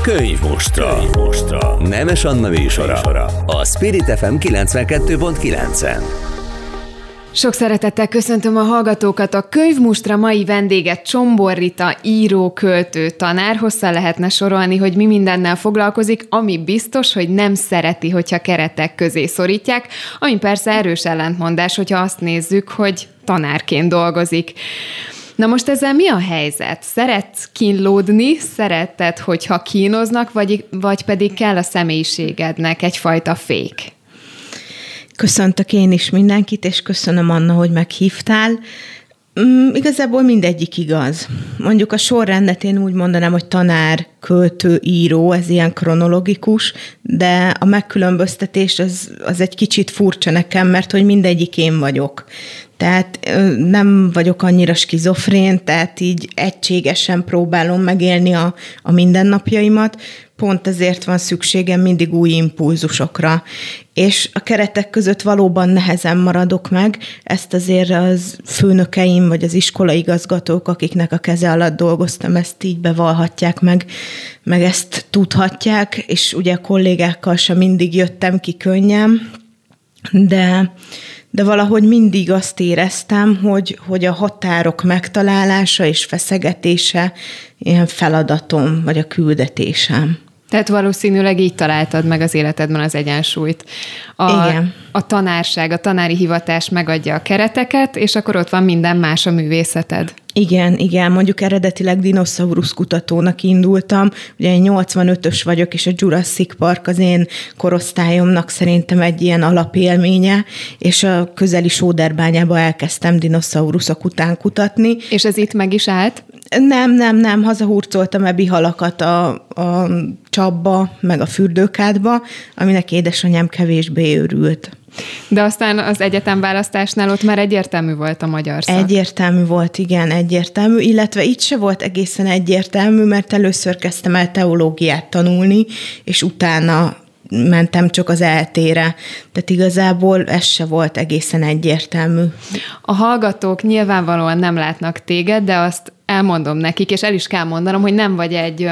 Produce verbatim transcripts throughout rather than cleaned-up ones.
Könyvmustra. Könyvmustra. Nemes Anna műsora. A Spirit ef em kilencvenkettő pont kilencen. Sok szeretettel köszöntöm a hallgatókat. A Könyvmustra mai vendége Csombor Rita, író, költő, tanár. Hosszan lehetne sorolni, hogy mi mindennel foglalkozik, ami biztos, hogy nem szereti, hogyha keretek közé szorítják, ami persze erős ellentmondás, hogyha azt nézzük, hogy tanárként dolgozik. Na most ezzel mi a helyzet? Szeretsz kínlódni, szereted, hogyha kínoznak, vagy, vagy pedig kell a személyiségednek egyfajta fék? Köszöntök én is mindenkit, és köszönöm, Anna, hogy meghívtál. Mm, igazából mindegyik igaz. Mondjuk a sorrendet én úgy mondanám, hogy tanár, költő, író, ez ilyen kronológikus, de a megkülönböztetés az, az egy kicsit furcsa nekem, mert hogy mindegyik én vagyok. Tehát nem vagyok annyira skizofrén, tehát így egységesen próbálom megélni a, a mindennapjaimat, pont ezért van szükségem mindig új impulzusokra. És a keretek között valóban nehezen maradok meg, ezt azért az főnökeim, vagy az iskolaigazgatók, akiknek a keze alatt dolgoztam, ezt így bevallhatják meg, meg ezt tudhatják, és ugye a kollégákkal sem mindig jöttem ki könnyen, de... de valahogy mindig azt éreztem, hogy, hogy a határok megtalálása és feszegetése ilyen feladatom, vagy a küldetésem. Tehát valószínűleg így találtad meg az életedben az egyensúlyt. A, Igen. A tanárság, a tanári hivatás megadja a kereteket, és akkor ott van minden más a művészeted. Igen, igen, mondjuk eredetileg dinoszaurusz kutatónak indultam, ugye én nyolcvanötös vagyok, és a Jurassic Park az én korosztályomnak szerintem egy ilyen alapélménye, és a közeli Sóderbányába elkezdtem dinoszauruszok után kutatni. És ez itt meg is állt? Nem, nem, nem, hazahurcoltam ebbi halakat a, a csapba, meg a fürdőkádba, aminek édesanyám kevésbé örült. De aztán az egyetemválasztásnál ott már egyértelmű volt a magyar szak. Egyértelmű volt, igen, egyértelmű, illetve itt se volt egészen egyértelmű, mert először kezdtem el teológiát tanulni, és utána mentem csak az é té-re. Tehát igazából ez se volt egészen egyértelmű. A hallgatók nyilvánvalóan nem látnak téged, de azt elmondom nekik, és el is kell mondanom, hogy nem vagy egy,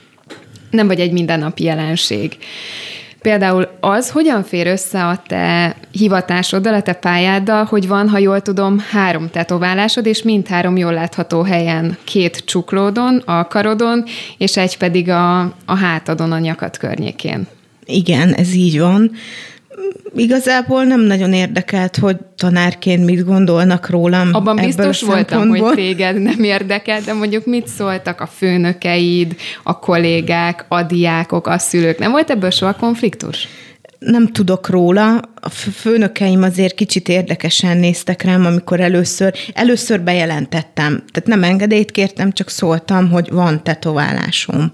nem vagy egy mindennapi jelenség. Például az, hogyan fér össze a te hivatásoddal, a te pályáddal, hogy van, ha jól tudom, három tetoválásod, és mindhárom jól látható helyen, két csuklódon, a karodon, és egy pedig a, a hátadon, a nyakad környékén. Igen, ez így van. Igazából nem nagyon érdekelt, hogy tanárként mit gondolnak rólam. Abban biztos voltam, hogy téged nem érdekel, de mondjuk mit szóltak a főnökeid, a kollégák, a diákok, a szülők? Nem volt ebből soha konfliktus? Nem tudok róla. A főnökeim azért kicsit érdekesen néztek rám, amikor először, először bejelentettem. Tehát nem engedélyt kértem, csak szóltam, hogy van tetoválásom.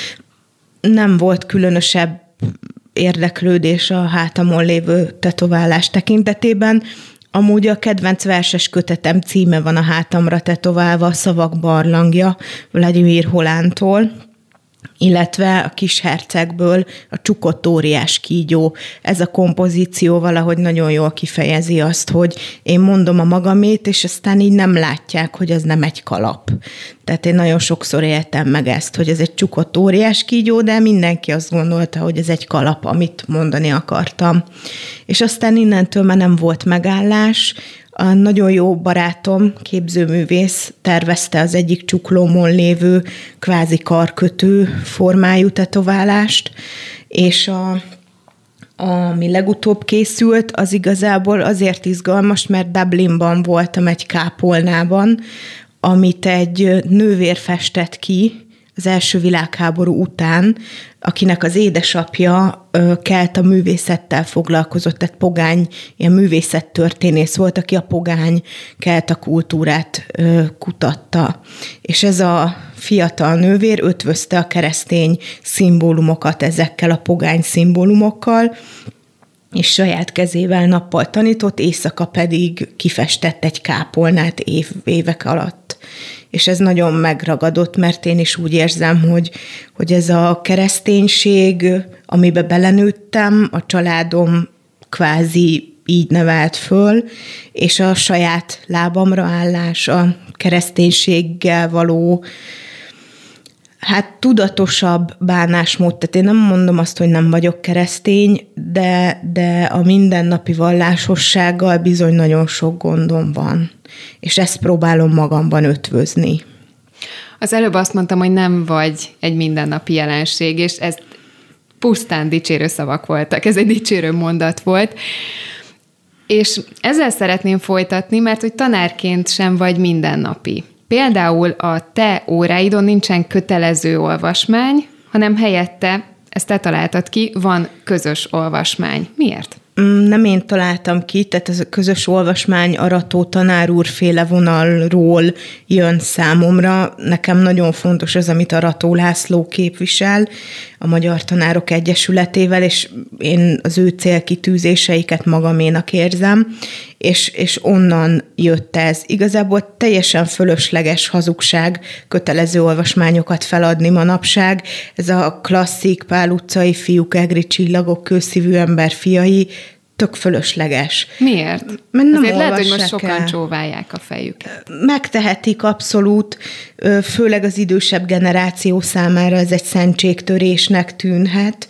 Nem volt különösebb érdeklődés a hátamon lévő tetoválás tekintetében. Amúgy a kedvenc verses kötetem címe van a hátamra tetoválva, Szavak barlangja, Vladimir Holántól, illetve a Kis hercegből a Csukott óriás kígyó. Ez a kompozíció valahogy nagyon jól kifejezi azt, hogy én mondom a magamét, és aztán így nem látják, hogy az nem egy kalap. Tehát én nagyon sokszor éltem meg ezt, hogy ez egy csukott óriás kígyó, de mindenki azt gondolta, hogy ez egy kalap, amit mondani akartam. És aztán innentől már nem volt megállás. A nagyon jó barátom, képzőművész tervezte az egyik csuklómon lévő kvázi karkötő formájú tetoválást, és a, ami legutóbb készült, az igazából azért izgalmas, mert Dublinban voltam egy kápolnában, amit egy nővér festett ki az első világháború után, akinek az édesapja ö, kelt a művészettel foglalkozott, tehát pogány, ilyen művészettörténész volt, aki a pogány kelt a kultúrát ö, kutatta. És ez a fiatal nővér ötvözte a keresztény szimbólumokat ezekkel a pogány szimbólumokkal, és saját kezével nappal tanított, éjszaka pedig kifestett egy kápolnát év, évek alatt. És ez nagyon megragadott, mert én is úgy érzem, hogy, hogy ez a kereszténység, amibe belenőttem, a családom kvázi így nevelt föl, és a saját lábamra állás, a kereszténységgel való Hát tudatosabb bánásmód, tehát én nem mondom azt, hogy nem vagyok keresztény, de, de a mindennapi vallásossággal bizony nagyon sok gondom van, és ezt próbálom magamban ötvözni. Az előbb azt mondtam, hogy nem vagy egy mindennapi jelenség, és ez pusztán dicsérő szavak voltak, ez egy dicsérő mondat volt, és ezzel szeretném folytatni, mert hogy tanárként sem vagy mindennapi. Például a te óráidon nincsen kötelező olvasmány, hanem helyette, ezt te találtad ki, van közös olvasmány. Miért? Nem én találtam ki, tehát ez a közös olvasmány arató tanár úrféle vonalról jön számomra. Nekem nagyon fontos az, amit Arató László képvisel a Magyar Tanárok Egyesületével, és én az ő célkitűzéseiket magaménak érzem, és, és onnan jött ez. Igazából teljesen fölösleges hazugság kötelező olvasmányokat feladni manapság. Ez a klasszik Pál utcai fiúk, egri csillagok, kőszívű ember fiai, tök fölösleges. Miért? Mert nem Azért lehet, hogy most sokan el. csóválják a fejüket. Megtehetik abszolút, főleg az idősebb generáció számára ez egy szentségtörésnek tűnhet.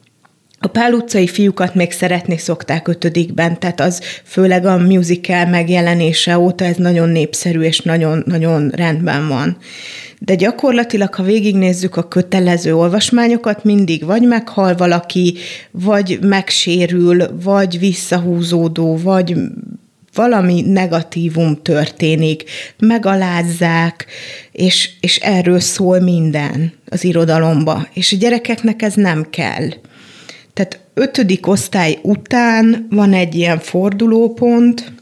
A Pál utcai fiúkat még szeretni szokták ötödikben, tehát az főleg a musical megjelenése óta ez nagyon népszerű és nagyon, nagyon rendben van. De gyakorlatilag, ha végignézzük a kötelező olvasmányokat, mindig vagy meghal valaki, vagy megsérül, vagy visszahúzódó, vagy valami negatívum történik, megalázzák, és, és erről szól minden az irodalomba. És a gyerekeknek ez nem kell. Tehát ötödik osztály után van egy ilyen fordulópont,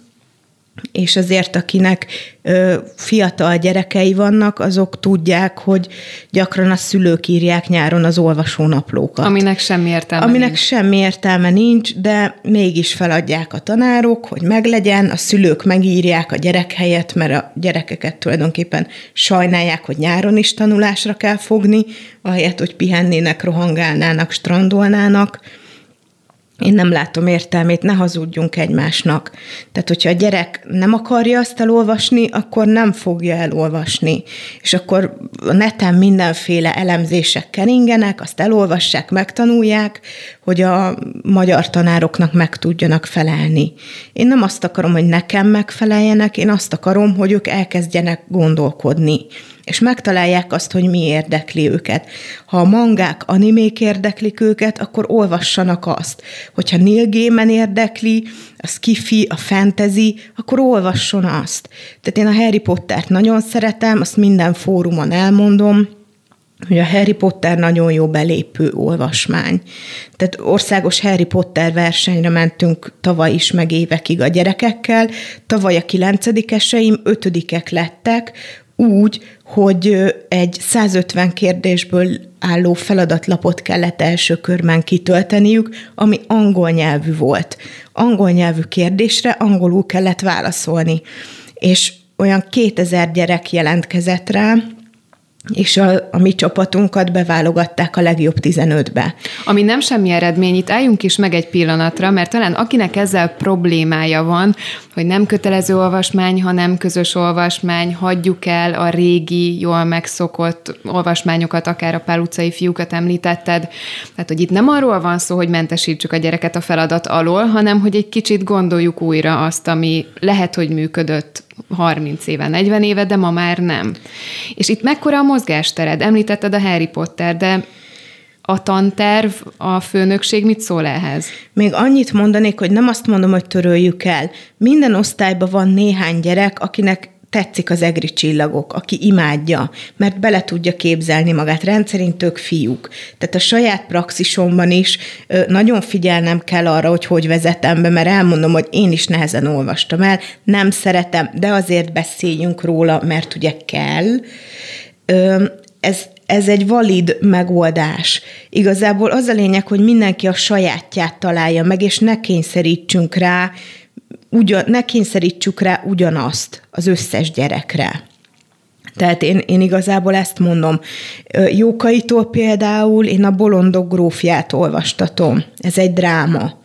és azért akinek ö, fiatal gyerekei vannak, azok tudják, hogy gyakran a szülők írják nyáron az olvasónaplókat. Aminek semmi értelme Aminek nincs. semmi értelme nincs, de mégis feladják a tanárok, hogy meglegyen, a szülők megírják a gyerek helyett, mert a gyerekeket tulajdonképpen sajnálják, hogy nyáron is tanulásra kell fogni, ahelyett, hogy pihennének, rohangálnának, strandolnának. Én nem látom értelmét, ne hazudjunk egymásnak. Tehát, hogyha a gyerek nem akarja azt elolvasni, akkor nem fogja elolvasni. És akkor a neten mindenféle elemzések keringenek, azt elolvassák, megtanulják, hogy a magyar tanároknak meg tudjanak felelni. Én nem azt akarom, hogy nekem megfeleljenek, én azt akarom, hogy ők elkezdjenek gondolkodni. És megtalálják azt, hogy mi érdekli őket. Ha a mangák, animék érdeklik őket, akkor olvassanak azt. Hogyha Neil Gaiman érdekli, a sci-fi, a fantasy, akkor olvasson azt. Tehát én a Harry Pottert nagyon szeretem, azt minden fórumon elmondom, hogy a Harry Potter nagyon jó belépő olvasmány. Tehát országos Harry Potter versenyre mentünk tavaly is, meg évekig a gyerekekkel. Tavaly a kilencedikeseim ötödikek lettek, úgy, hogy egy százötven kérdésből álló feladatlapot kellett első körben kitölteniük, ami angol nyelvű volt. Angol nyelvű kérdésre angolul kellett válaszolni. És olyan kétezer gyerek jelentkezett rá, és a, a mi csapatunkat beválogatták a legjobb tizenötbe. Ami nem semmi eredmény, itt álljunk is meg egy pillanatra, mert talán akinek ezzel problémája van, hogy nem kötelező olvasmány, hanem közös olvasmány, hagyjuk el a régi, jól megszokott olvasmányokat, akár a Pál utcai fiúkat említetted. Tehát, hogy itt nem arról van szó, hogy mentesítsük a gyereket a feladat alól, hanem hogy egy kicsit gondoljuk újra azt, ami lehet, hogy működött harminc éve, negyven éve, de ma már nem. És itt mekkora a mozgástered? Említetted a Harry Potter, de a tanterv, a főnökség mit szól ehhez? Még annyit mondanék, hogy nem azt mondom, hogy töröljük el. Minden osztályban van néhány gyerek, akinek tetszik az egri csillagok, aki imádja, mert bele tudja képzelni magát, rendszerint ők fiúk. Tehát a saját praxisomban is nagyon figyelnem kell arra, hogy hogy vezetem be, mert elmondom, hogy én is nehezen olvastam el, nem szeretem, de azért beszéljünk róla, mert ugye kell. Ez, ez egy valid megoldás. Igazából az a lényeg, hogy mindenki a sajátját találja meg, és ne kényszerítsünk rá, ugyan, ne kényszerítsük rá ugyanazt az összes gyerekre. Tehát én, én igazából ezt mondom. Jókaitól például én a Bolondok grófját olvastatom. Ez egy dráma.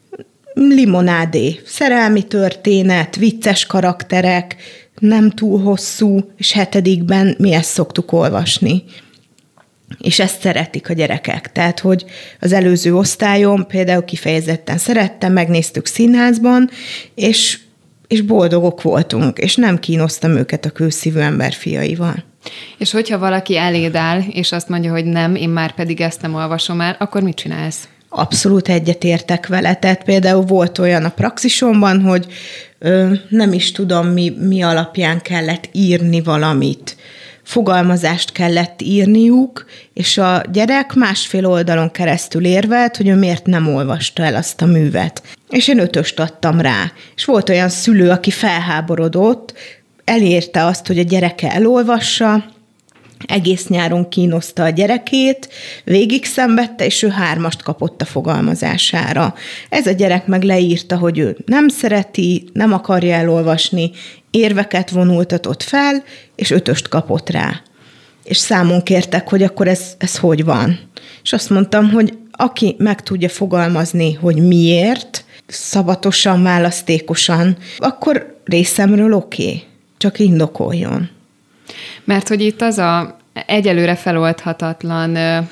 Limonádé, szerelmi történet, vicces karakterek, nem túl hosszú, és hetedikben mi ezt szoktuk olvasni. és ezt szeretik a gyerekek. Tehát, hogy az előző osztályon például kifejezetten szerettem, megnéztük színházban, és, és boldogok voltunk, és nem kínoztam őket a kőszívű ember fiaival. És hogyha valaki eléd áll, és azt mondja, hogy nem, én már pedig ezt nem olvasom el, akkor mit csinálsz? Abszolút egyetértek vele. Tehát például volt olyan a praxisomban, hogy ö, nem is tudom, mi, mi alapján kellett írni valamit. Fogalmazást kellett írniuk, és a gyerek másfél oldalon keresztül érvelt, hogy ő miért nem olvasta el azt a művet. És én ötöst adtam rá. És volt olyan szülő, aki felháborodott, elérte azt, hogy a gyereke elolvassa, egész nyáron kínozta a gyerekét, végig szenvedte, és ő hármast kapott a fogalmazására. Ez a gyerek meg leírta, hogy ő nem szereti, nem akarja elolvasni, érveket vonultatott fel, és ötöst kapott rá. És számon kértek, hogy akkor ez, ez hogy van. És azt mondtam, hogy aki meg tudja fogalmazni, hogy miért, szabatosan, választékosan, akkor részemről oké, okay, csak indokoljon. Mert hogy itt az a egyelőre feloldhatatlan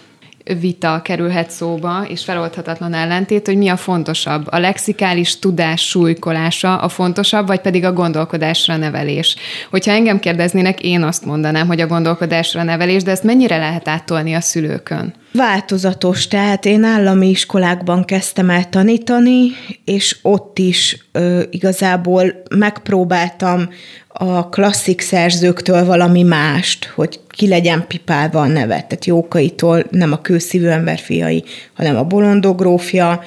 vita kerülhet szóba, és feloldhatatlan ellentét, hogy mi a fontosabb. A lexikális tudás súlykolása a fontosabb, vagy pedig a gondolkodásra nevelés. Hogyha engem kérdeznének, én azt mondanám, hogy a gondolkodásra nevelés, de ezt mennyire lehet áttolni a szülőkön? Változatos, tehát én állami iskolákban kezdtem el tanítani, és ott is ö, igazából megpróbáltam a klasszik szerzőktől valami mást, hogy ki legyen pipálva a neve. Tehát Jókaitól nem a kőszívű ember fiai, hanem a Bolondok grófja.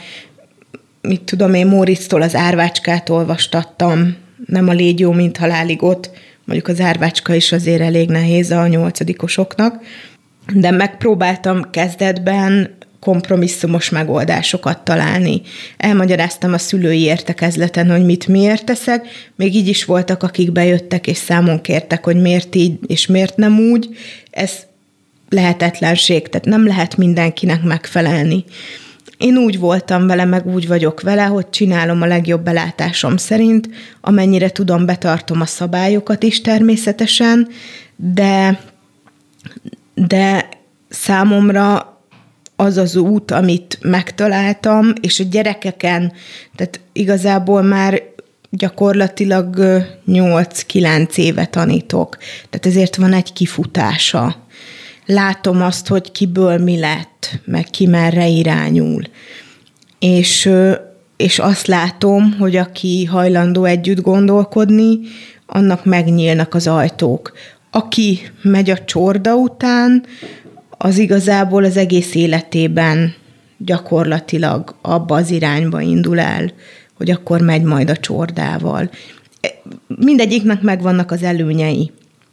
Mit tudom én, Móricztól az Árvácskát olvastattam, nem a Légy jó, mint haláligot. Mondjuk az Árvácska is azért elég nehéz a nyolcadikosoknak. De megpróbáltam kezdetben kompromisszumos megoldásokat találni. Elmagyaráztam a szülői értekezleten, hogy mit miért teszek, még így is voltak, akik bejöttek és számon kértek, hogy miért így és miért nem úgy. Ez lehetetlenség, tehát nem lehet mindenkinek megfelelni. Én úgy voltam vele, meg úgy vagyok vele, hogy csinálom a legjobb belátásom szerint, amennyire tudom, betartom a szabályokat is természetesen, de, de számomra az az út, amit megtaláltam, és a gyerekeken, tehát igazából már gyakorlatilag nyolc-kilenc éve tanítok. Tehát ezért van egy kifutása. Látom azt, hogy kiből mi lett, meg ki merre irányul. És, és azt látom, hogy aki hajlandó együtt gondolkodni, annak megnyílnak az ajtók. Aki megy a csorda után, az igazából az egész életében gyakorlatilag abba az irányba indul el, hogy akkor megy majd a csordával. Mindegyiknek megvannak az előnyei.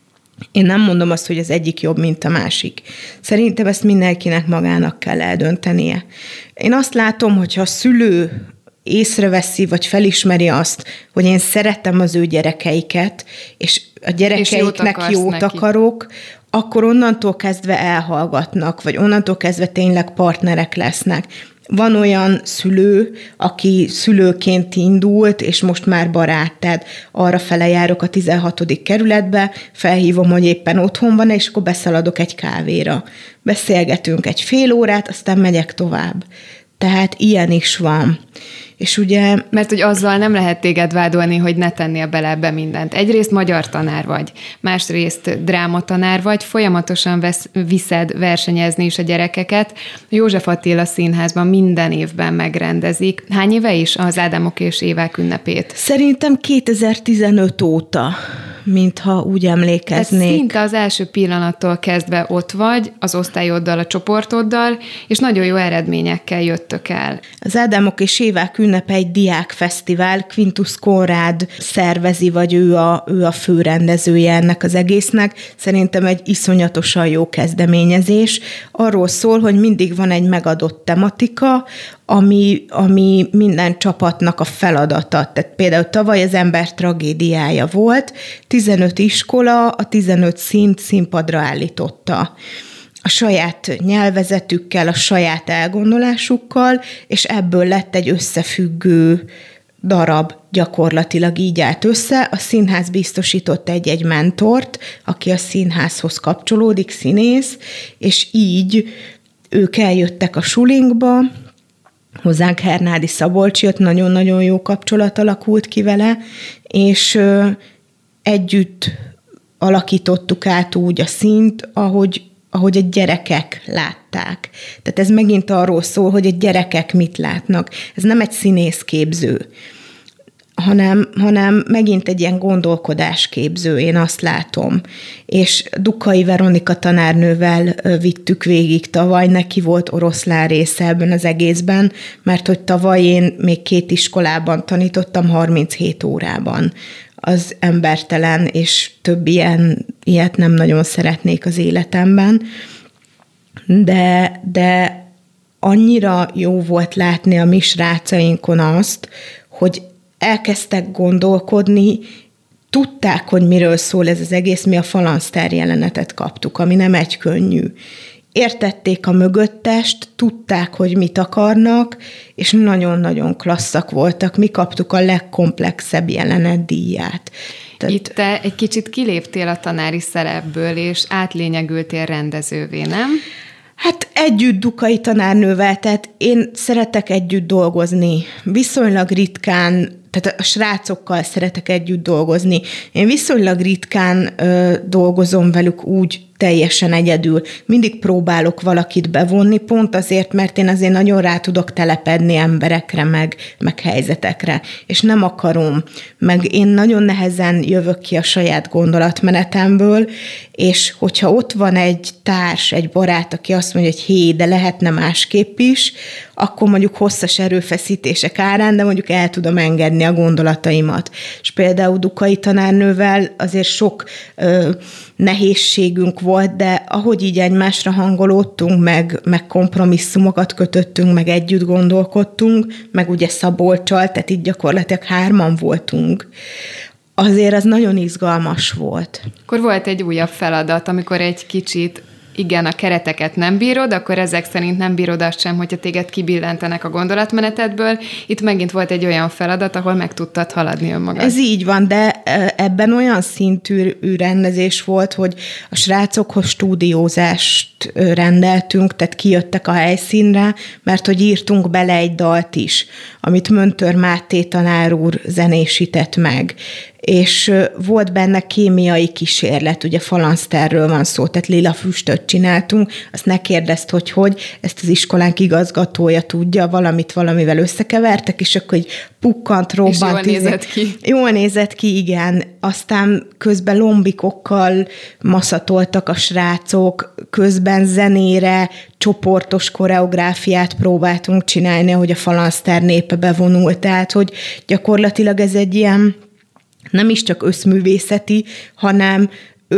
Én nem mondom azt, hogy az egyik jobb, mint a másik. Szerintem ezt mindenkinek magának kell eldöntenie. Én azt látom, hogyha a szülő észreveszi, vagy felismeri azt, hogy én szeretem az ő gyerekeiket, és a gyerekeiknek és jót, jót akarok, akkor onnantól kezdve elhallgatnak, vagy onnantól kezdve tényleg partnerek lesznek. Van olyan szülő, aki szülőként indult, és most már barát, tehát arra fele járok a tizenhatodik kerületbe, felhívom, hogy éppen otthon van, és akkor beszaladok egy kávéra. Beszélgetünk egy fél órát, aztán megyek tovább. Tehát ilyen is van. És ugye... Mert hogy azzal nem lehet téged vádolni, hogy ne tennél bele ebbe mindent. Egyrészt magyar tanár vagy, másrészt drámatanár vagy, folyamatosan vesz, viszed versenyezni is a gyerekeket. József Attila Színházban minden évben megrendezik. Hány éve is az Ádámok és Évák ünnepét? Szerintem kétezer-tizenöt óta, mintha úgy emlékeznék. Ez szinte az első pillanattól kezdve ott vagy, az osztályoddal, a csoportoddal, és nagyon jó eredményekkel jöttök el. Az Ádámok és Évák ünnepe egy diákfesztivál, Quintus Konrád szervezi, vagy ő a, ő a főrendezője ennek az egésznek. Szerintem egy iszonyatosan jó kezdeményezés. Arról szól, hogy mindig van egy megadott tematika, ami, ami minden csapatnak a feladata. Tehát például tavaly az ember tragédiája volt, tizenöt iskola a tizenöt színt színpadra állította. A saját nyelvezetükkel, a saját elgondolásukkal, és ebből lett egy összefüggő darab. gyakorlatilag így állt össze. A színház biztosított egy-egy mentort, aki a színházhoz kapcsolódik, színész, és így ők eljöttek a sulinkba, hozzánk Hernádi Szabolcs jött, nagyon-nagyon jó kapcsolat alakult ki vele, és együtt alakítottuk át úgy a színt, ahogy, ahogy a gyerekek látták. Tehát ez megint arról szól, hogy a gyerekek mit látnak. Ez nem egy színészképző, hanem, hanem megint egy ilyen gondolkodásképző, én azt látom. És Dukai Veronika tanárnővel vittük végig tavaly, neki volt oroszlán része ebben az egészben, mert hogy tavaly én még két iskolában tanítottam harminchét órában. Az embertelen, és több ilyen, ilyet nem nagyon szeretnék az életemben. De, de annyira jó volt látni a mi srácainkon azt, hogy elkezdtek gondolkodni, tudták, hogy miről szól ez az egész, mi a falansztár jelenetet kaptuk, ami nem egy könnyű. Értették a mögöttest, tudták, hogy mit akarnak, és nagyon-nagyon klasszak voltak. Mi kaptuk a legkomplexebb jelenet díját. Tehát... Itt te egy kicsit kiléptél a tanári szerepből, és átlényegültél rendezővé, nem? Hát együtt Dukai tanárnővel, tehát én szeretek együtt dolgozni. Viszonylag ritkán, tehát a srácokkal szeretek együtt dolgozni. Én viszonylag ritkán ö, dolgozom velük úgy teljesen egyedül. Mindig próbálok valakit bevonni, pont azért, mert én azért nagyon rá tudok telepedni emberekre, meg, meg helyzetekre. És nem akarom. Meg én nagyon nehezen jövök ki a saját gondolatmenetemből, és hogyha ott van egy társ, egy barát, aki azt mondja, hogy hé, de lehetne másképp is, akkor mondjuk hosszas erőfeszítések árán, de mondjuk el tudom engedni a gondolataimat. És például Dukai tanárnővel azért sok ö, nehézségünk volt, de ahogy így egymásra hangolódtunk, meg, meg kompromisszumokat kötöttünk, meg együtt gondolkodtunk, meg ugye Szabolccsal, tehát így gyakorlatilag hárman voltunk, azért az nagyon izgalmas volt. Akkor volt egy újabb feladat, amikor egy kicsit igen, a kereteket nem bírod, akkor ezek szerint nem bírod azt sem, hogyha téged kibillentenek a gondolatmenetedből. Itt megint volt egy olyan feladat, ahol meg tudtad haladni önmagad. Ez így van, de ebben olyan szintű rendezés volt, hogy a srácokhoz stúdiózást rendeltünk, tehát kijöttek a helyszínre, mert hogy írtunk bele egy dalt is, amit Möntör Máté tanár úr zenésített meg. És volt benne kémiai kísérlet, ugye falansztárről van szó, tehát lila füstöt csináltunk, azt ne kérdezd, hogy hogy, ezt az iskolánk igazgatója tudja, valamit valamivel összekevertek, és akkor így pukkant, robbant. És jól nézett ki. Jól nézett ki, igen. Aztán közben lombikokkal maszatoltak a srácok, közben zenére, csoportos koreográfiát próbáltunk csinálni, ahogy a falansztár népe bevonult, tehát hogy gyakorlatilag ez egy ilyen nem is csak összművészeti, hanem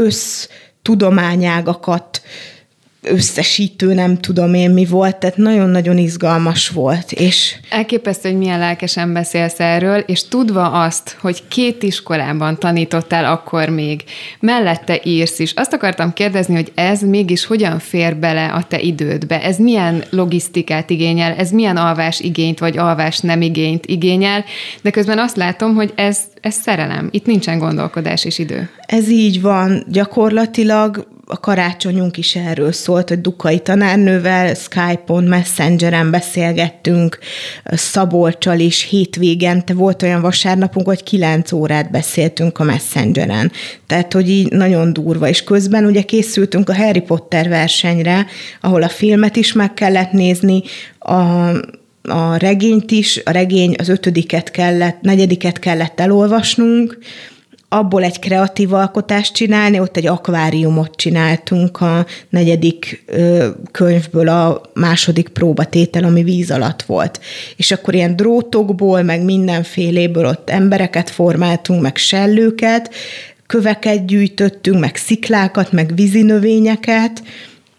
össztudományágakat összesítő, nem tudom én mi volt, tehát nagyon-nagyon izgalmas volt. És elképesztő, hogy milyen lelkesen beszélsz erről, és tudva azt, hogy két iskolában tanítottál akkor még, mellette írsz is. Azt akartam kérdezni, hogy ez mégis hogyan fér bele a te idődbe? Ez milyen logisztikát igényel? Ez milyen alvás igényt, vagy alvás nem igényt igényel? De közben azt látom, hogy ez, ez szerelem. Itt nincsen gondolkodás és idő. Ez így van. Gyakorlatilag a karácsonyunk is erről szólt, hogy Dukai tanárnővel Skype-on, Messengeren beszélgettünk, Szabolccsal is hétvégente volt olyan vasárnapunk, hogy kilenc órát beszéltünk a Messengeren. Tehát, hogy így nagyon durva. És közben ugye készültünk a Harry Potter versenyre, ahol a filmet is meg kellett nézni, a a regényt is, a regény az ötödiket kellett, negyediket kellett elolvasnunk, abból egy kreatív alkotást csinálni, ott egy akváriumot csináltunk a negyedik ö, könyvből, a második próbatétel, ami víz alatt volt. És akkor ilyen drótokból, meg mindenféléből ott embereket formáltunk, meg sellőket, köveket gyűjtöttünk, meg sziklákat, meg vízinövényeket,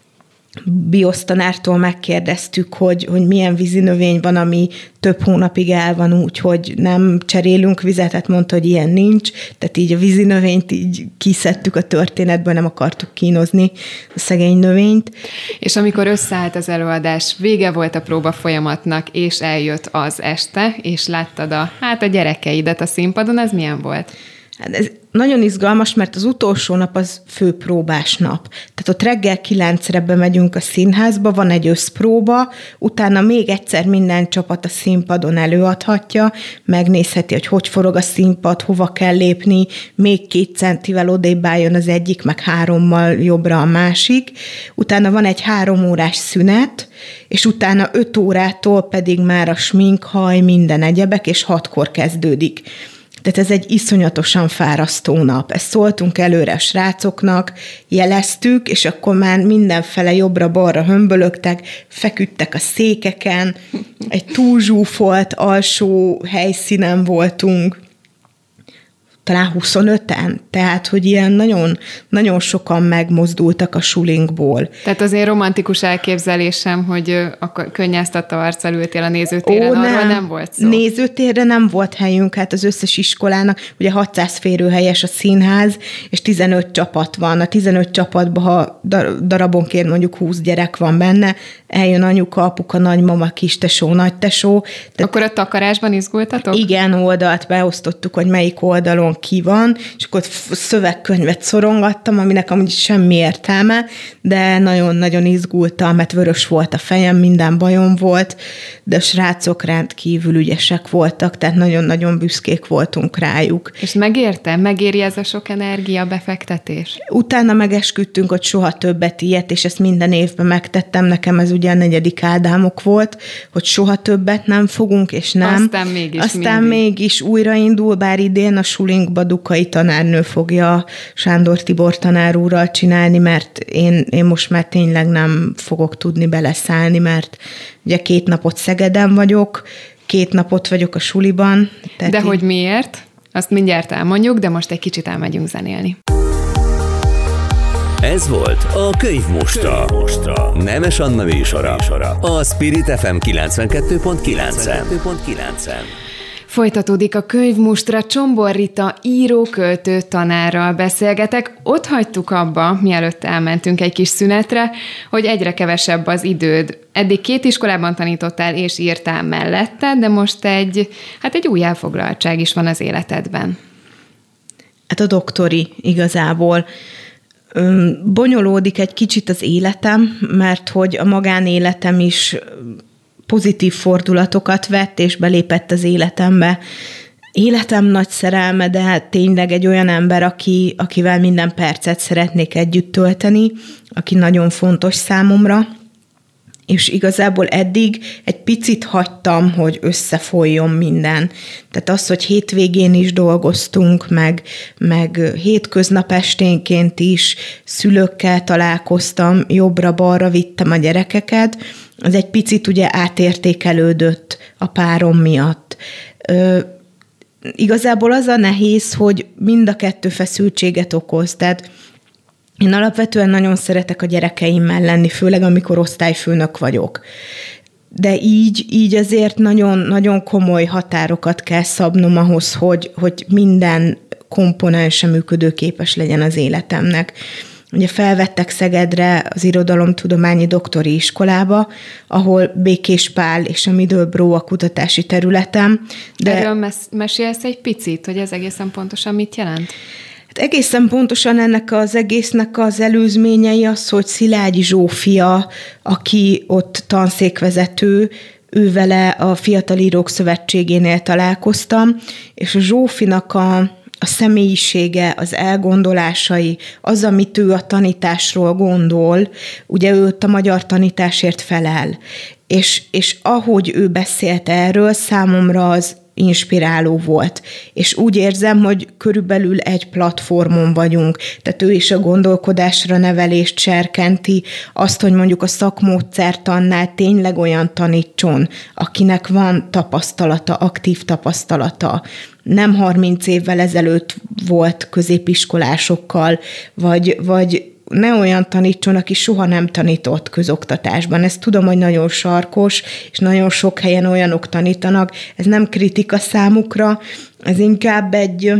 biosztanártól megkérdeztük, hogy, hogy milyen vízinövény van, ami több hónapig el van úgy, hogy nem cserélünk vizet, hát mondta, hogy ilyen nincs, tehát így a vízinövényt így kiszedtük a történetből, nem akartuk kínozni a szegény növényt. És amikor összeállt az előadás, vége volt a próba folyamatnak, és eljött az este, és láttad a, hát a gyerekeidet a színpadon, ez milyen volt? Hát ez nagyon izgalmas, mert az utolsó nap az főpróbás nap. Tehát ott reggel kilencre bemegyünk a színházba, van egy összpróba, utána még egyszer minden csapat a színpadon előadhatja, megnézheti, hogy hogy forog a színpad, hova kell lépni, még két centivel odébb álljon az egyik, meg hárommal jobbra a másik. Utána van egy három órás szünet, és utána öt órától pedig már a smink, haj, minden egyebek, és hatkor kezdődik. Tehát ez egy iszonyatosan fárasztó nap. Ezt szóltunk előre a srácoknak, jeleztük, és akkor már mindenfele jobbra-balra hömbölögtek, feküdtek a székeken, egy túlzsúfolt alsó helyszínen voltunk, talán huszonöten, tehát, hogy ilyen nagyon, nagyon sokan megmozdultak a sulinkból. Tehát az én romantikus elképzelésem, hogy akkor könnyeztatta arccal ültél a nézőtéren, Ó, arról nem. nem volt szó. Nézőtérre nem volt helyünk, hát az összes iskolának, ugye hatszáz férőhelyes a színház, és tizenöt csapat van. A tizenöt csapatban, ha darabonként mondjuk húsz gyerek van benne, eljön anyuka, apuka, nagymama, kistesó, nagytesó. Tehát akkor a takarásban izgultatok? Igen, oldalt beosztottuk, hogy melyik oldalon ki van, és akkor szövegkönyvet szorongattam, aminek amúgy semmi értelme, de nagyon-nagyon izgultam, mert vörös volt a fejem, minden bajom volt, de a srácok rendkívül ügyesek voltak, tehát nagyon-nagyon büszkék voltunk rájuk. És megérte? Megéri ez a sok energia befektetés? Utána megesküdtünk, hogy soha többet ilyet, és ezt minden évben megtettem, nekem ez ugye a negyedik Ádámok volt, hogy soha többet nem fogunk, és nem. Aztán mégis Aztán mindig. mégis újraindul, bár idén a sulinkba Dukai tanárnő fogja Sándor Tibor tanár úrral csinálni, mert én, én most már tényleg nem fogok tudni beleszállni, mert ugye két napot Szegeden vagyok, két napot vagyok a suliban. De így... hogy miért? Azt mindjárt elmondjuk, de most egy kicsit elmegyünk zenélni. Ez volt a Könyvmustra. Könyvmustra. Nemes Anna műsora. A Spirit ef em kilencvenkettő pont kilencen. Folytatódik a Könyvmustra, Csombor Rita író, költő tanárral beszélgetek. Ott hagytuk abba, mielőtt elmentünk egy kis szünetre, hogy egyre kevesebb az időd. Eddig két iskolában tanítottál és írtál mellette, de most egy, hát egy új elfoglaltság is van az életedben. Hát a doktori igazából. Bonyolódik egy kicsit az életem, mert hogy a magánéletem is pozitív fordulatokat vett, és belépett az életembe. Életem nagy szerelme, de hát tényleg egy olyan ember, aki, akivel minden percet szeretnék együtt tölteni, aki nagyon fontos számomra, és igazából eddig egy picit hagytam, hogy összefolyjon minden. Tehát az, hogy hétvégén is dolgoztunk, meg, meg hétköznap esténként is szülőkkel találkoztam, jobbra-balra vittem a gyerekeket, az egy picit ugye átértékelődött a párom miatt. Ö, igazából az a nehéz, hogy mind a kettő feszültséget okoz, tehát én alapvetően nagyon szeretek a gyerekeimmel lenni, főleg amikor osztályfőnök vagyok. De így, így azért nagyon, nagyon komoly határokat kell szabnom ahhoz, hogy, hogy minden komponense működőképes legyen az életemnek. Ugye felvettek Szegedre az irodalomtudományi doktori iskolába, ahol Békés Pál és a Middlebrough a kutatási területem. De erről mes- mesélsz egy picit, hogy ez egészen pontosan mit jelent? Hát egészen pontosan ennek az egésznek az előzményei az, hogy Szilágyi Zsófia, aki ott tanszékvezető, ő vele a Fiatal Írók Szövetségénél találkoztam, és a Zsófinak a, a személyisége, az elgondolásai, az, amit ő a tanításról gondol, ugye ő ott a magyar tanításért felel. És, és ahogy ő beszélt erről, számomra az inspiráló volt. És úgy érzem, hogy körülbelül egy platformon vagyunk. Tehát ő is a gondolkodásra nevelést serkenti, azt, hogy mondjuk a szakmódszertannál tényleg olyan tanítson, akinek van tapasztalata, aktív tapasztalata. Nem harminc évvel ezelőtt volt középiskolásokkal, vagy, vagy ne olyan tanítson, aki soha nem tanított közoktatásban. Ezt tudom, hogy nagyon sarkos, és nagyon sok helyen olyanok tanítanak. Ez nem kritika számukra, ez inkább egy,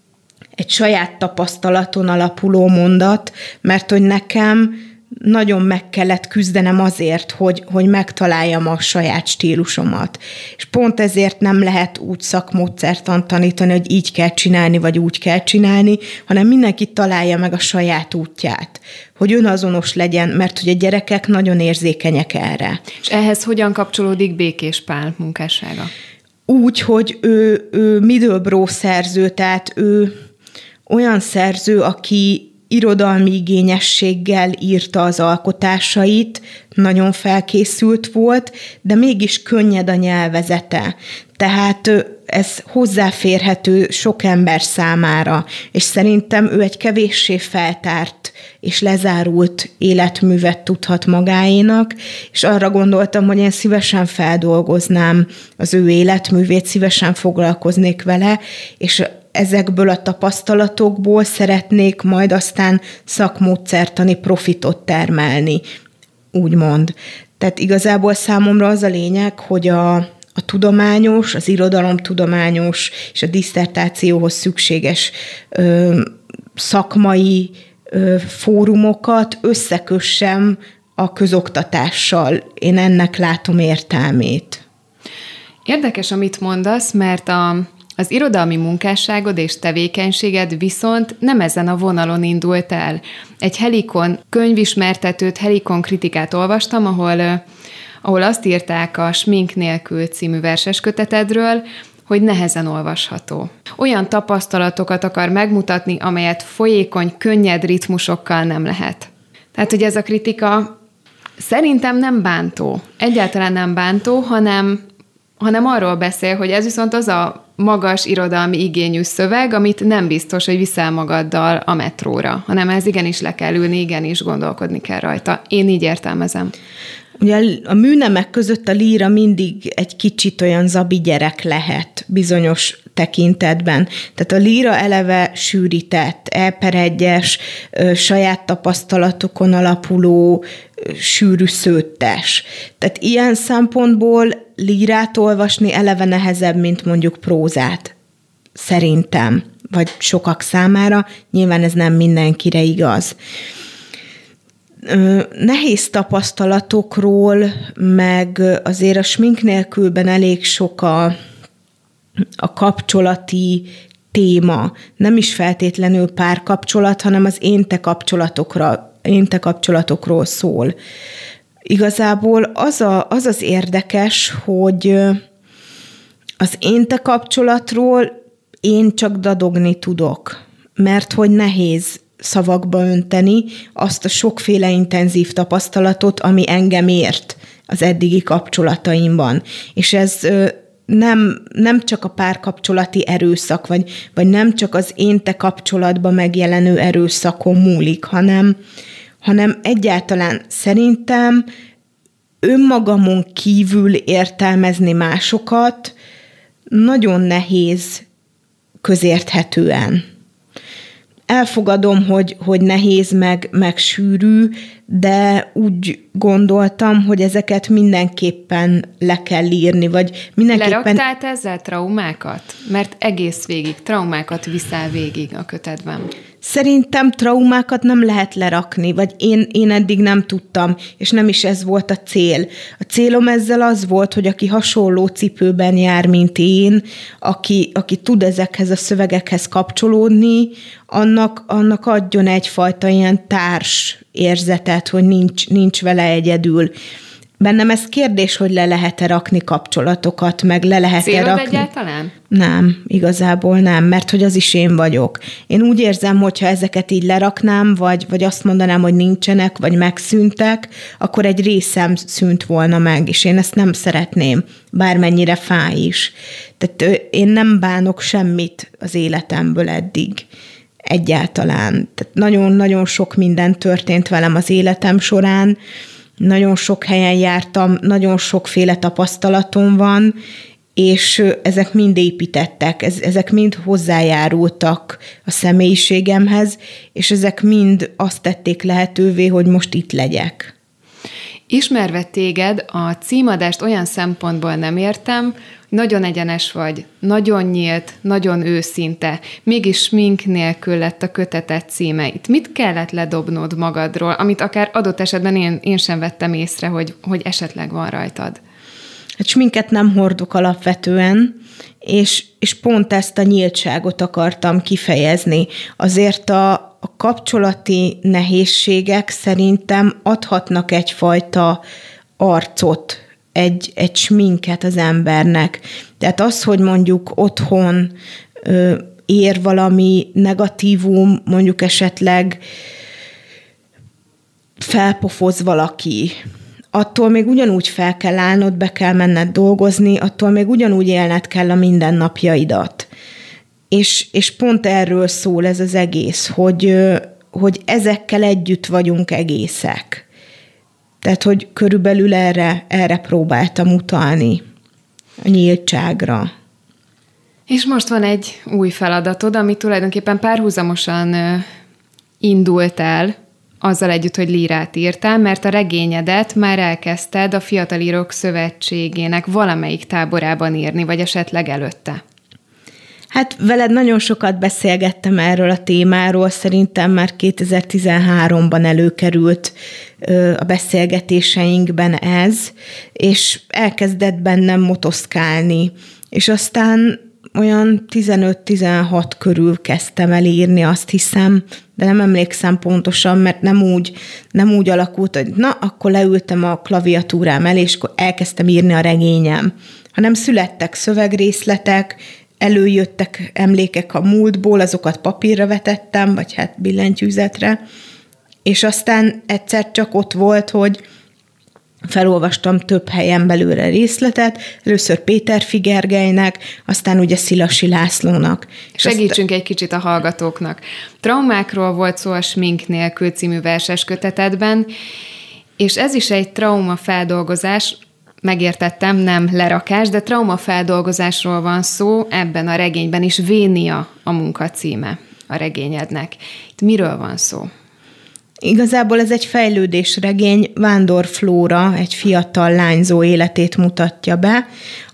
egy saját tapasztalaton alapuló mondat, mert hogy nekem nagyon meg kellett küzdenem azért, hogy, hogy megtaláljam a saját stílusomat. És pont ezért nem lehet úgy szakmódszertant tanítani, hogy így kell csinálni, vagy úgy kell csinálni, hanem mindenki találja meg a saját útját, hogy önazonos legyen, mert hogy a gyerekek nagyon érzékenyek erre. És ehhez hogyan kapcsolódik Békés Pál munkássága? Úgy, hogy ő, ő Middlebrough szerző, tehát ő olyan szerző, aki irodalmi igényességgel írta az alkotásait, nagyon felkészült volt, de mégis könnyed a nyelvezete. Tehát ez hozzáférhető sok ember számára, és szerintem ő egy kevéssé feltárt és lezárult életművet tudhat magáénak, és arra gondoltam, hogy én szívesen feldolgoznám az ő életművét, szívesen foglalkoznék vele, és ezekből a tapasztalatokból szeretnék majd aztán szakmódszertani profitot termelni, úgymond. Tehát igazából számomra az a lényeg, hogy a, a tudományos, az irodalomtudományos és a disszertációhoz szükséges ö, szakmai ö, fórumokat összekössem a közoktatással. Én ennek látom értelmét. Érdekes, amit mondasz, mert a Az irodalmi munkásságod és tevékenységed viszont nem ezen a vonalon indult el. Egy Helikon könyvismertetőt, Helikon kritikát olvastam, ahol, ahol azt írták a Smink nélkül című verseskötetedről, hogy nehezen olvasható. Olyan tapasztalatokat akar megmutatni, amelyet folyékony, könnyed ritmusokkal nem lehet. Tehát, hogy ez a kritika szerintem nem bántó. Egyáltalán nem bántó, hanem, hanem arról beszél, hogy ez viszont az a magas irodalmi igényű szöveg, amit nem biztos, hogy viszel magaddal a metróra, hanem ez igenis le kell ülni, igenis gondolkodni kell rajta. Én így értelmezem. Ugye a műnemek között a líra mindig egy kicsit olyan zabi gyerek lehet bizonyos tekintetben. Tehát a líra eleve sűrített, elperegyes, saját tapasztalatokon alapuló, sűrű szőttes. Tehát ilyen szempontból lírát olvasni eleve nehezebb, mint mondjuk prózát. Szerintem. Vagy sokak számára. Nyilván ez nem mindenkire igaz. Nehéz tapasztalatokról, meg azért a Smink nélkülben elég sok a, a kapcsolati téma. Nem is feltétlenül párkapcsolat, hanem az én-te kapcsolatokra, én-te kapcsolatokról szól. Igazából az, a, az az érdekes, hogy az én-te kapcsolatról én csak dadogni tudok, mert hogy nehéz szavakba önteni azt a sokféle intenzív tapasztalatot, ami engem ért az eddigi kapcsolataimban. És ez nem, nem csak a párkapcsolati erőszak, vagy, vagy nem csak az én-te kapcsolatban megjelenő erőszakon múlik, hanem, hanem egyáltalán szerintem önmagamon kívül értelmezni másokat nagyon nehéz közérthetően. Elfogadom, hogy, hogy nehéz, meg, meg sűrű, de úgy gondoltam, hogy ezeket mindenképpen le kell írni, vagy mindenképpen... Leraktál te ezzel traumákat? Mert egész végig traumákat viszel végig a kötetben. Szerintem traumákat nem lehet lerakni, vagy én, én eddig nem tudtam, és nem is ez volt a cél. A célom ezzel az volt, hogy aki hasonló cipőben jár, mint én, aki, aki tud ezekhez a szövegekhez kapcsolódni, annak, annak adjon egyfajta ilyen társ érzetet, hogy nincs, nincs vele egyedül. Bennem ez kérdés, hogy le lehet-e rakni kapcsolatokat, meg le lehet-e Célod rakni. egyáltalán? Nem, igazából nem, mert hogy az is én vagyok. Én úgy érzem, hogyha ezeket így leraknám, vagy, vagy azt mondanám, hogy nincsenek, vagy megszűntek, akkor egy részem szűnt volna meg, és én ezt nem szeretném, bármennyire fáj is. Tehát én nem bánok semmit az életemből eddig. Egyáltalán. Tehát nagyon-nagyon sok minden történt velem az életem során, nagyon sok helyen jártam, nagyon sokféle tapasztalatom van, és ezek mind építettek, ez, ezek mind hozzájárultak a személyiségemhez, és ezek mind azt tették lehetővé, hogy most itt legyek. Ismerve téged, a címadást olyan szempontból nem értem, hogy nagyon egyenes vagy, nagyon nyílt, nagyon őszinte, mégis smink nélkül lett a köteted címe. Itt mit kellett ledobnod magadról, amit akár adott esetben én, én sem vettem észre, hogy, hogy esetleg van rajtad? Hát sminket nem hordok alapvetően, és, és pont ezt a nyíltságot akartam kifejezni. Azért a, a kapcsolati nehézségek szerintem adhatnak egyfajta arcot, egy, egy sminket az embernek. Tehát az, hogy mondjuk otthon ö, ér valami negatívum, mondjuk esetleg felpofoz valaki, attól még ugyanúgy fel kell állnod, be kell menned dolgozni, attól még ugyanúgy élned kell a mindennapjaidat. És, és pont erről szól ez az egész, hogy, hogy ezekkel együtt vagyunk egészek. Tehát, hogy körülbelül erre, erre próbáltam utalni, a nyíltságra. És most van egy új feladatod, ami tulajdonképpen párhuzamosan indult el, azzal együtt, hogy lírát írtál, mert a regényedet már elkezdted a Fiatal Írók Szövetségének valamelyik táborában írni, vagy esetleg előtte. Hát veled nagyon sokat beszélgettem erről a témáról, szerintem már kétezer-tizenháromban előkerült a beszélgetéseinkben ez, és elkezdett bennem motoszkálni, és aztán olyan tizenöt-tizenhat körül kezdtem el írni, azt hiszem, de nem emlékszem pontosan, mert nem úgy, nem úgy alakult, hogy na, akkor leültem a klaviatúrám elé, és akkor elkezdtem írni a regényem, hanem születtek szövegrészletek, előjöttek emlékek a múltból, azokat papírra vetettem, vagy hát billentyűzetre, és aztán egyszer csak ott volt, hogy felolvastam több helyen belőle részletet, először Péter Figergelynek, aztán ugye Szilasi Lászlónak. Segítsünk azt... egy kicsit a hallgatóknak. Traumákról volt szó a Smink nélkül című verses kötetedben, és ez is egy traumafeldolgozás, megértettem, nem lerakás, de traumafeldolgozásról van szó ebben a regényben is. Vénia a munkacíme a regényednek. Itt miről van szó? Igazából ez egy fejlődésregény, Vándor Flóra, egy fiatal lányzó életét mutatja be,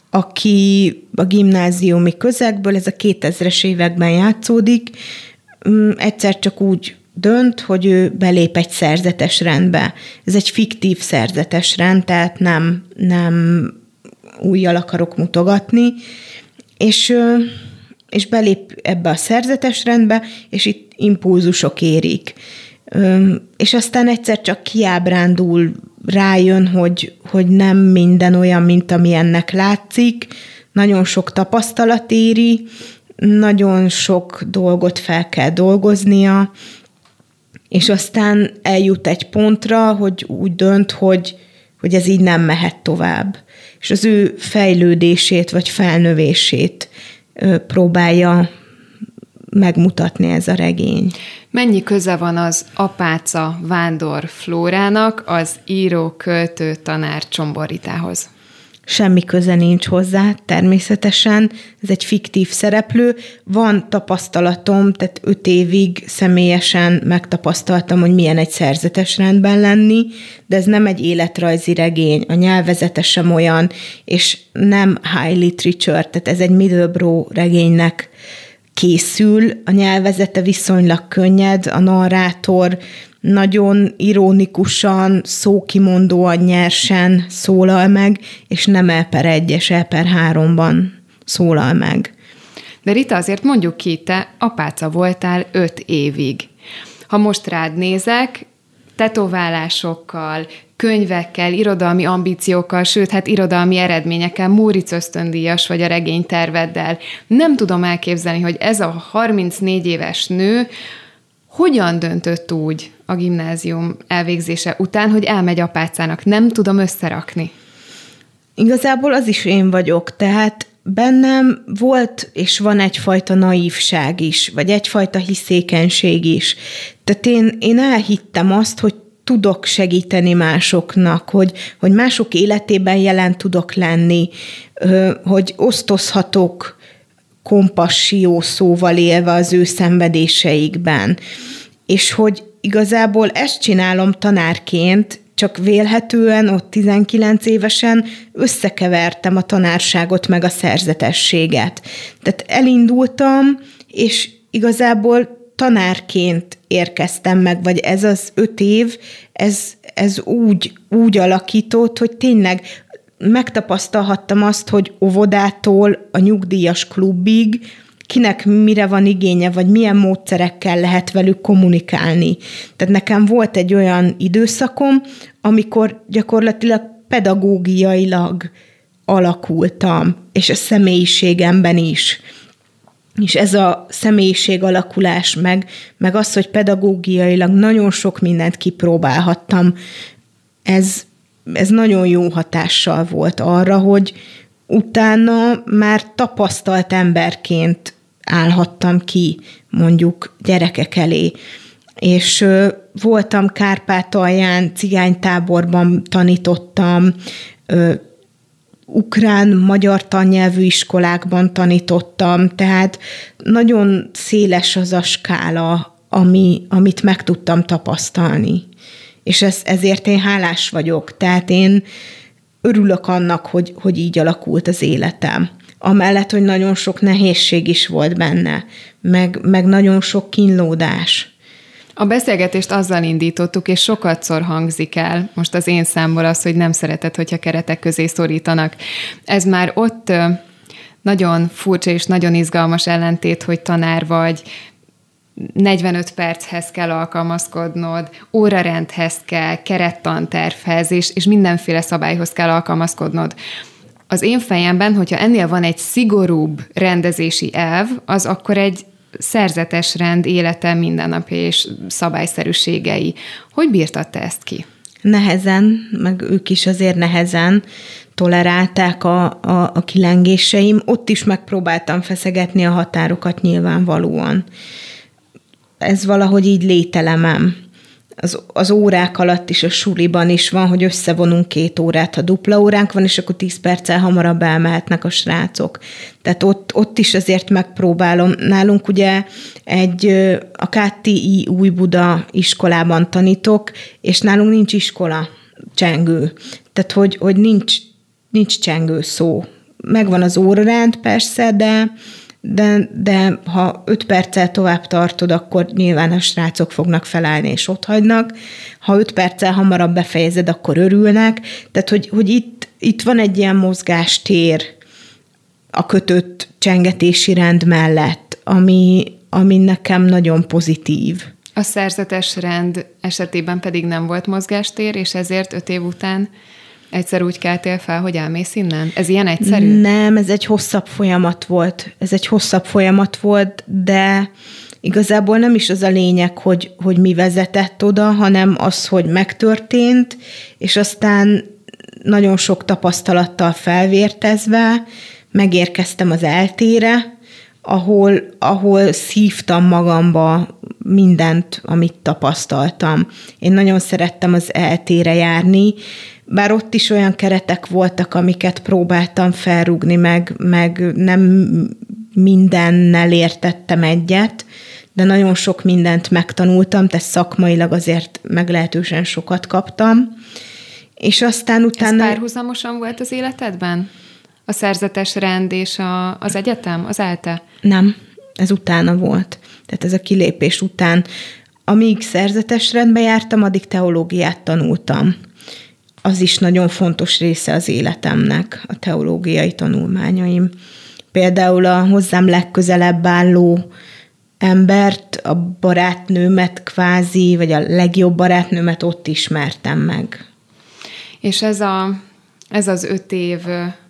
aki a gimnáziumi közegből, ez a kétezres években játszódik, egyszer csak úgy dönt, hogy ő belép egy szerzetes rendbe. Ez egy fiktív szerzetes rend, tehát nem, nem újjal akarok mutogatni, és, és belép ebbe a szerzetes rendbe, és itt impulzusok érik. És aztán egyszer csak kiábrándul, rájön, hogy, hogy nem minden olyan, mint ami ennek látszik, nagyon sok tapasztalat éri, nagyon sok dolgot fel kell dolgoznia, és aztán eljut egy pontra, hogy úgy dönt, hogy, hogy ez így nem mehet tovább. És az ő fejlődését, vagy felnövését próbálja megmutatni ez a regény. Mennyi köze van az Apáca Vándor Flórának az író, költő, tanár Csombor Ritához? Semmi köze nincs hozzá, természetesen. Ez egy fiktív szereplő. Van tapasztalatom, tehát öt évig személyesen megtapasztaltam, hogy milyen egy szerzetes rendben lenni, de ez nem egy életrajzi regény, a nyelvezete sem olyan, és nem high literature, tehát ez egy middlebrow regénynek készül, a nyelvezete viszonylag könnyed, a narrátor nagyon ironikusan, szókimondóan, nyersen szólal meg, és nem el per egyes, el per háromban szólal meg. De Rita, azért mondjuk ki, te apáca voltál öt évig. Ha most rád nézek, tetoválásokkal, könyvekkel, irodalmi ambíciókkal, sőt, hát irodalmi eredményekkel, Móricz ösztöndíjas vagy a regényterveddel. Nem tudom elképzelni, hogy ez a harmincnégy éves nő hogyan döntött úgy a gimnázium elvégzése után, hogy elmegy apácának. Nem tudom összerakni. Igazából az is én vagyok, tehát bennem volt és van egyfajta naívság is, vagy egyfajta hiszékenység is. Tehát én, én elhittem azt, hogy tudok segíteni másoknak, hogy, hogy mások életében jelen tudok lenni, hogy osztozhatok kompassió szóval élve az ő szenvedéseikben. És hogy igazából ezt csinálom tanárként, csak vélhetően ott tizenkilenc évesen összekevertem a tanárságot meg a szerzetességet. Tehát elindultam, és igazából tanárként érkeztem meg, vagy ez az öt év, ez, ez úgy, úgy alakított, hogy tényleg megtapasztalhattam azt, hogy óvodától a nyugdíjas klubig kinek mire van igénye, vagy milyen módszerekkel lehet velük kommunikálni. Tehát nekem volt egy olyan időszakom, amikor gyakorlatilag pedagógiailag alakultam, és a személyiségemben is. És ez a személyiség alakulás, meg, meg az, hogy pedagógiailag nagyon sok mindent kipróbálhattam, ez, ez nagyon jó hatással volt arra, hogy utána már tapasztalt emberként állhattam ki mondjuk gyerekek elé. És ö, voltam Kárpátalján, cigánytáborban tanítottam, ö, ukrán, magyar tannyelvű iskolákban tanítottam, tehát nagyon széles az a skála, ami, amit meg tudtam tapasztalni. És ez, ezért én hálás vagyok. Tehát én örülök annak, hogy, hogy így alakult az életem. Amellett, hogy nagyon sok nehézség is volt benne, meg, meg nagyon sok kínlódás. A beszélgetést azzal indítottuk, és sokatszor hangzik el most az én számból az, hogy nem szereted, hogyha keretek közé szorítanak. Ez már ott nagyon furcsa és nagyon izgalmas ellentét, hogy tanár vagy, negyvenöt perchez kell alkalmazkodnod, órarendhez kell, kerettantervhez, és, és mindenféle szabályhoz kell alkalmazkodnod. Az én fejemben, hogyha ennél van egy szigorúbb rendezési elv, az akkor egy szerzetes rend élete mindennapja és szabályszerűségei. Hogy bírtad te ezt ki? Nehezen, meg ők is azért nehezen tolerálták a, a, a kilengéseim. Ott is megpróbáltam feszegetni a határokat nyilvánvalóan. Ez valahogy így lételemem. Az, az órák alatt is, a suliban is van, hogy összevonunk két órát, ha dupla óránk van, és akkor tíz perccel hamarabb elmehetnek a srácok. Tehát ott, ott is azért megpróbálom. Nálunk ugye egy, a ká té i Újbuda iskolában tanítok, és nálunk nincs iskola csengő. Tehát, hogy, hogy nincs, nincs csengő szó. Megvan az órarend persze, de De, de ha öt perccel tovább tartod, akkor nyilván a srácok fognak felállni és otthagynak. Ha öt perccel hamarabb befejezed, akkor örülnek. Tehát, hogy, hogy itt, itt van egy ilyen mozgástér a kötött csengetési rend mellett, ami, ami nekem nagyon pozitív. A szerzetes rend esetében pedig nem volt mozgástér, és ezért öt év után egyszer úgy keltél fel, hogy elmész innen? Ez ilyen egyszerű? Nem, ez egy hosszabb folyamat volt. Ez egy hosszabb folyamat volt, de igazából nem is az a lényeg, hogy, hogy mi vezetett oda, hanem az, hogy megtörtént, és aztán nagyon sok tapasztalattal felvértezve megérkeztem az eltére, ahol, ahol szívtam magamba mindent, amit tapasztaltam. Én nagyon szerettem az eltére járni, bár ott is olyan keretek voltak, amiket próbáltam felrúgni, meg, meg nem mindennel értettem egyet, de nagyon sok mindent megtanultam, tehát szakmailag azért meglehetősen sokat kaptam. És aztán utána... Ez párhuzamosan volt az életedben? A szerzetes rend és a, az egyetem, az ELTE? Nem, ez utána volt. Tehát ez a kilépés után. Amíg szerzetes rendbe jártam, addig teológiát tanultam. Az is nagyon fontos része az életemnek, a teológiai tanulmányaim. Például a hozzám legközelebb álló embert, a barátnőmet kvázi, vagy a legjobb barátnőmet ott ismertem meg. És ez, a, ez az öt év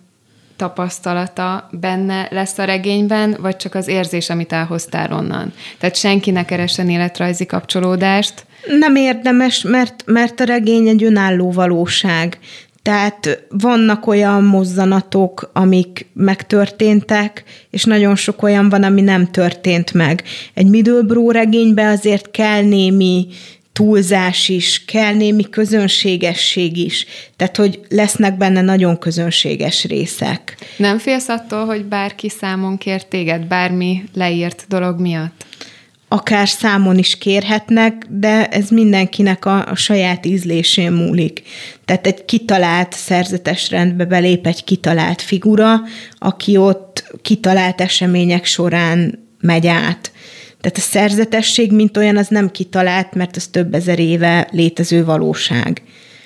tapasztalata benne lesz a regényben, vagy csak az érzés, amit elhoztál onnan? Tehát senki ne keressen életrajzi kapcsolódást? Nem érdemes, mert, mert a regény egy önálló valóság. Tehát vannak olyan mozzanatok, amik megtörténtek, és nagyon sok olyan van, ami nem történt meg. Egy Middlebrough regényben azért kell némi túlzás is, kell némi közönségesség is, tehát hogy lesznek benne nagyon közönséges részek. Nem félsz attól, hogy bárki számon kér téged, bármi leírt dolog miatt? Akár számon is kérhetnek, de ez mindenkinek a, a saját ízlésén múlik. Tehát egy kitalált szerzetes rendbe belép egy kitalált figura, aki ott kitalált események során megy át. Tehát a szerzetesség, mint olyan, az nem kitalált, mert az több ezer éve létező valóság.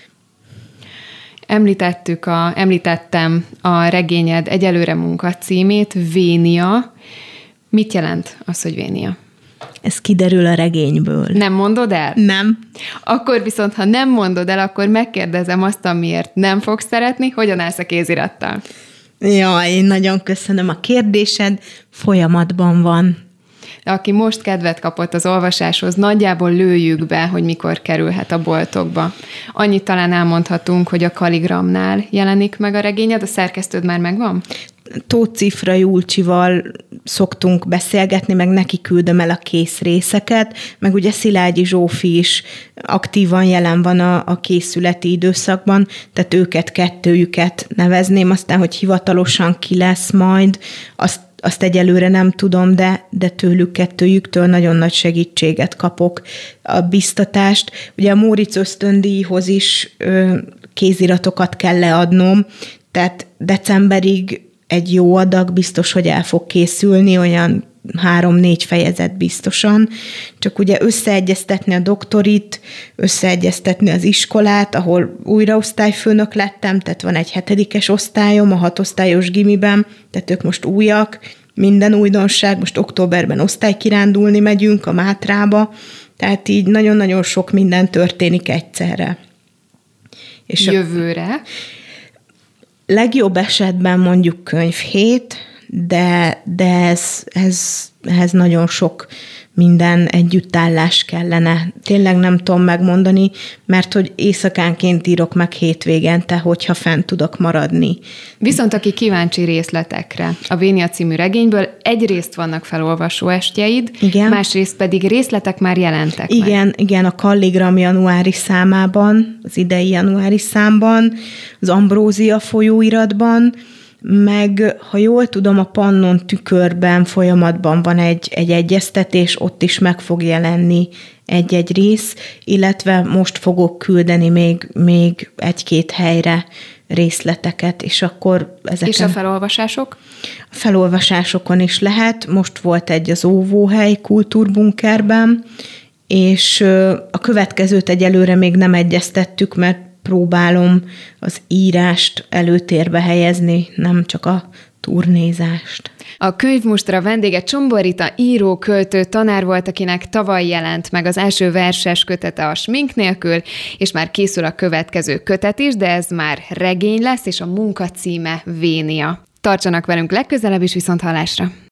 Említettük a, említettem a regényed Egyelőre munka címét, Vénia. Mit jelent az, hogy Vénia? Ez kiderül a regényből. Nem mondod el? Nem. Akkor viszont, ha nem mondod el, akkor megkérdezem azt, amiért nem fogsz szeretni, hogyan állsz a kézirattal? Jaj, én nagyon köszönöm a kérdésed, folyamatban van. Aki most kedvet kapott az olvasáshoz, nagyjából lőjük be, hogy mikor kerülhet a boltokba. Annyit talán elmondhatunk, hogy a Kaligramnál jelenik meg a regényed, a szerkesztőd már megvan? Tóth Cifra Julcsival szoktunk beszélgetni, meg neki küldöm el a kész részeket, meg ugye Szilágyi Zsófi is aktívan jelen van a, a készületi időszakban, tehát őket, kettőjüket nevezném, aztán, hogy hivatalosan ki lesz majd, azt Azt egyelőre nem tudom, de, de tőlük, kettőjüktől nagyon nagy segítséget kapok, a biztatást. Ugye a Móricz ösztöndíjhoz is ö, kéziratokat kell leadnom, tehát decemberig egy jó adag biztos, hogy el fog készülni, olyan három-négy fejezet biztosan, csak ugye összeegyeztetni a doktorit, összeegyeztetni az iskolát, ahol újraosztályfőnök lettem, tehát van egy hetedikes osztályom a hatosztályos gimiben, tehát ők most újak, minden újdonság, most októberben osztálykirándulni megyünk a Mátrába, tehát így nagyon-nagyon sok minden történik egyszerre. És jövőre? A legjobb esetben mondjuk könyvhét, de, de ez, ez, ez nagyon sok minden együttállás kellene. Tényleg nem tudom megmondani, mert hogy éjszakánként írok meg hétvégente, hogyha fent tudok maradni. Viszont aki kíváncsi részletekre, a Vénia című regényből egyrészt vannak felolvasó estjeid, igen. Másrészt pedig részletek már jelentek igen, meg. Igen, a Kalligram januári számában, az idei januári számban, az Ambrózia folyóiratban, meg, ha jól tudom, a Pannon Tükörben folyamatban van egy, egy egyeztetés, ott is meg fog jelenni egy-egy rész, illetve most fogok küldeni még, még egy-két helyre részleteket, és akkor ezeken... És a felolvasások? A felolvasásokon is lehet. Most volt egy az Óvóhely kultúrbunkerben, és a következőt egyelőre még nem egyeztettük, mert próbálom az írást előtérbe helyezni, nem csak a turnézást. A könyvmustra vendége Csombor Rita író, költő, tanár volt, akinek tavaly jelent meg az első verses kötete A smink nélkül, és már készül a következő kötet is, de ez már regény lesz, és a munka címe Vénia. Tartsanak velünk legközelebb is, viszont hallásra!